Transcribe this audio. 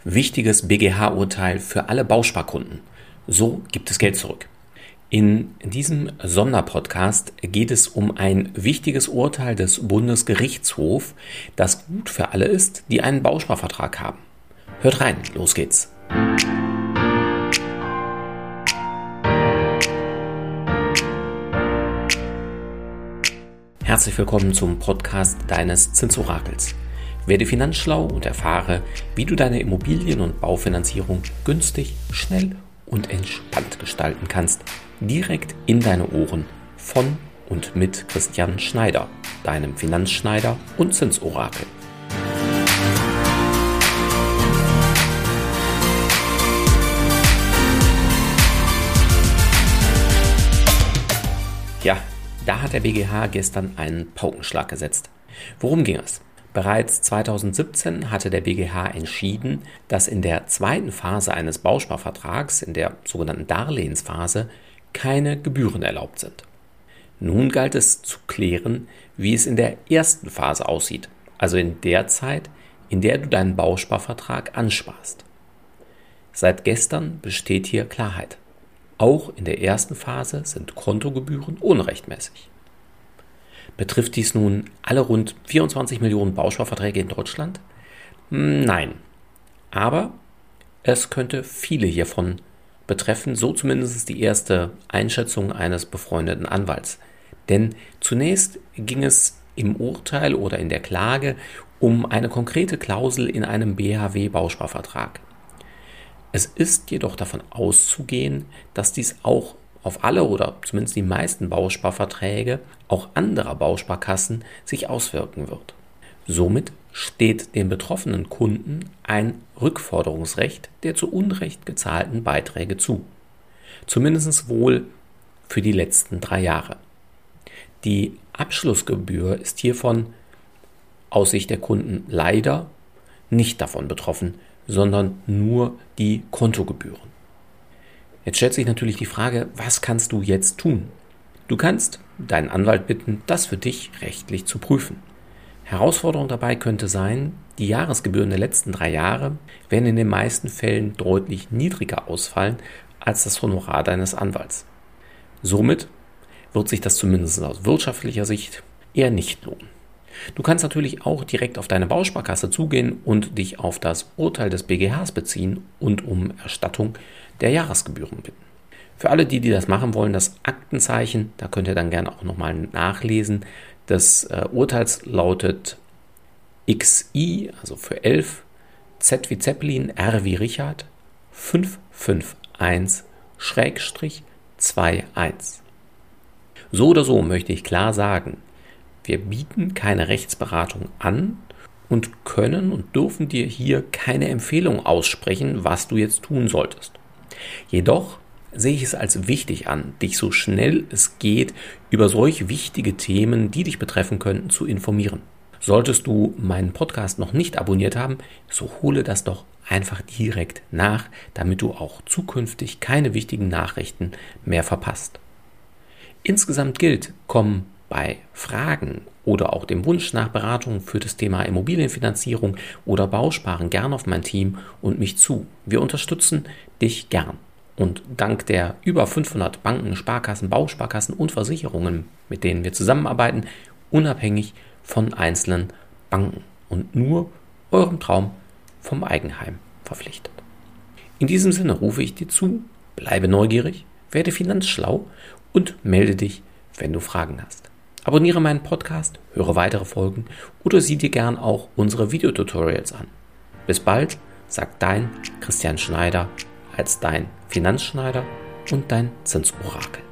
Wichtiges BGH-Urteil für alle Bausparkunden. So gibt es Geld zurück. In diesem Sonderpodcast geht es um ein wichtiges Urteil des Bundesgerichtshofs, das gut für alle ist, die einen Bausparvertrag haben. Hört rein, los geht's. Herzlich willkommen zum Podcast deines Zinsorakels. Werde finanzschlau und erfahre, wie du deine Immobilien- und Baufinanzierung günstig, schnell und entspannt gestalten kannst. Direkt in deine Ohren von und mit Christian Schneider, deinem Finanzschneider und Zinsorakel. Ja, da hat der BGH gestern einen Paukenschlag gesetzt. Worum ging es? Bereits 2017 hatte der BGH entschieden, dass in der zweiten Phase eines Bausparvertrags, in der sogenannten Darlehensphase, keine Gebühren erlaubt sind. Nun galt es zu klären, wie es in der ersten Phase aussieht, also in der Zeit, in der du deinen Bausparvertrag ansparst. Seit gestern besteht hier Klarheit. Auch in der ersten Phase sind Kontogebühren unrechtmäßig. Betrifft dies nun alle rund 24 Millionen Bausparverträge in Deutschland? Nein. Aber es könnte viele hiervon betreffen, so zumindest die erste Einschätzung eines befreundeten Anwalts. Denn zunächst ging es im Urteil oder in der Klage um eine konkrete Klausel in einem BHW-Bausparvertrag. Es ist jedoch davon auszugehen, dass dies auch auf alle oder zumindest die meisten Bausparverträge auch anderer Bausparkassen sich auswirken wird. Somit steht den betroffenen Kunden ein Rückforderungsrecht der zu Unrecht gezahlten Beiträge zu. Zumindest wohl für die letzten 3 Jahre. Die Abschlussgebühr ist hiervon aus Sicht der Kunden leider nicht davon betroffen, sondern nur die Kontogebühren. Jetzt stellt sich natürlich die Frage, was kannst du jetzt tun? Du kannst deinen Anwalt bitten, das für dich rechtlich zu prüfen. Herausforderung dabei könnte sein, die Jahresgebühren der letzten 3 Jahre werden in den meisten Fällen deutlich niedriger ausfallen als das Honorar deines Anwalts. Somit wird sich das zumindest aus wirtschaftlicher Sicht eher nicht lohnen. Du kannst natürlich auch direkt auf deine Bausparkasse zugehen und dich auf das Urteil des BGHs beziehen und um Erstattung der Jahresgebühren bitten. Für alle, die das machen wollen, das Aktenzeichen, da könnt ihr dann gerne auch nochmal nachlesen, des Urteils lautet XI, also für 11, Z wie Zeppelin, R wie Richard, 551-21. So oder so möchte ich klar sagen, wir bieten keine Rechtsberatung an und können und dürfen dir hier keine Empfehlung aussprechen, was du jetzt tun solltest. Jedoch sehe ich es als wichtig an, dich so schnell es geht über solch wichtige Themen, die dich betreffen könnten, zu informieren. Solltest du meinen Podcast noch nicht abonniert haben, so hole das doch einfach direkt nach, damit du auch zukünftig keine wichtigen Nachrichten mehr verpasst. Insgesamt gilt, komm bei Fragen oder auch dem Wunsch nach Beratung für das Thema Immobilienfinanzierung oder Bausparen gern auf mein Team und mich zu. Wir unterstützen dich gern. Und dank der über 500 Banken, Sparkassen, Bausparkassen und Versicherungen, mit denen wir zusammenarbeiten, unabhängig von einzelnen Banken und nur eurem Traum vom Eigenheim verpflichtet. In diesem Sinne rufe ich dir zu, bleibe neugierig, werde finanzschlau und melde dich, wenn du Fragen hast. Abonniere meinen Podcast, höre weitere Folgen oder sieh dir gern auch unsere Videotutorials an. Bis bald, sagt dein Christian Schneider als dein Finanzschneider und dein Zinsorakel.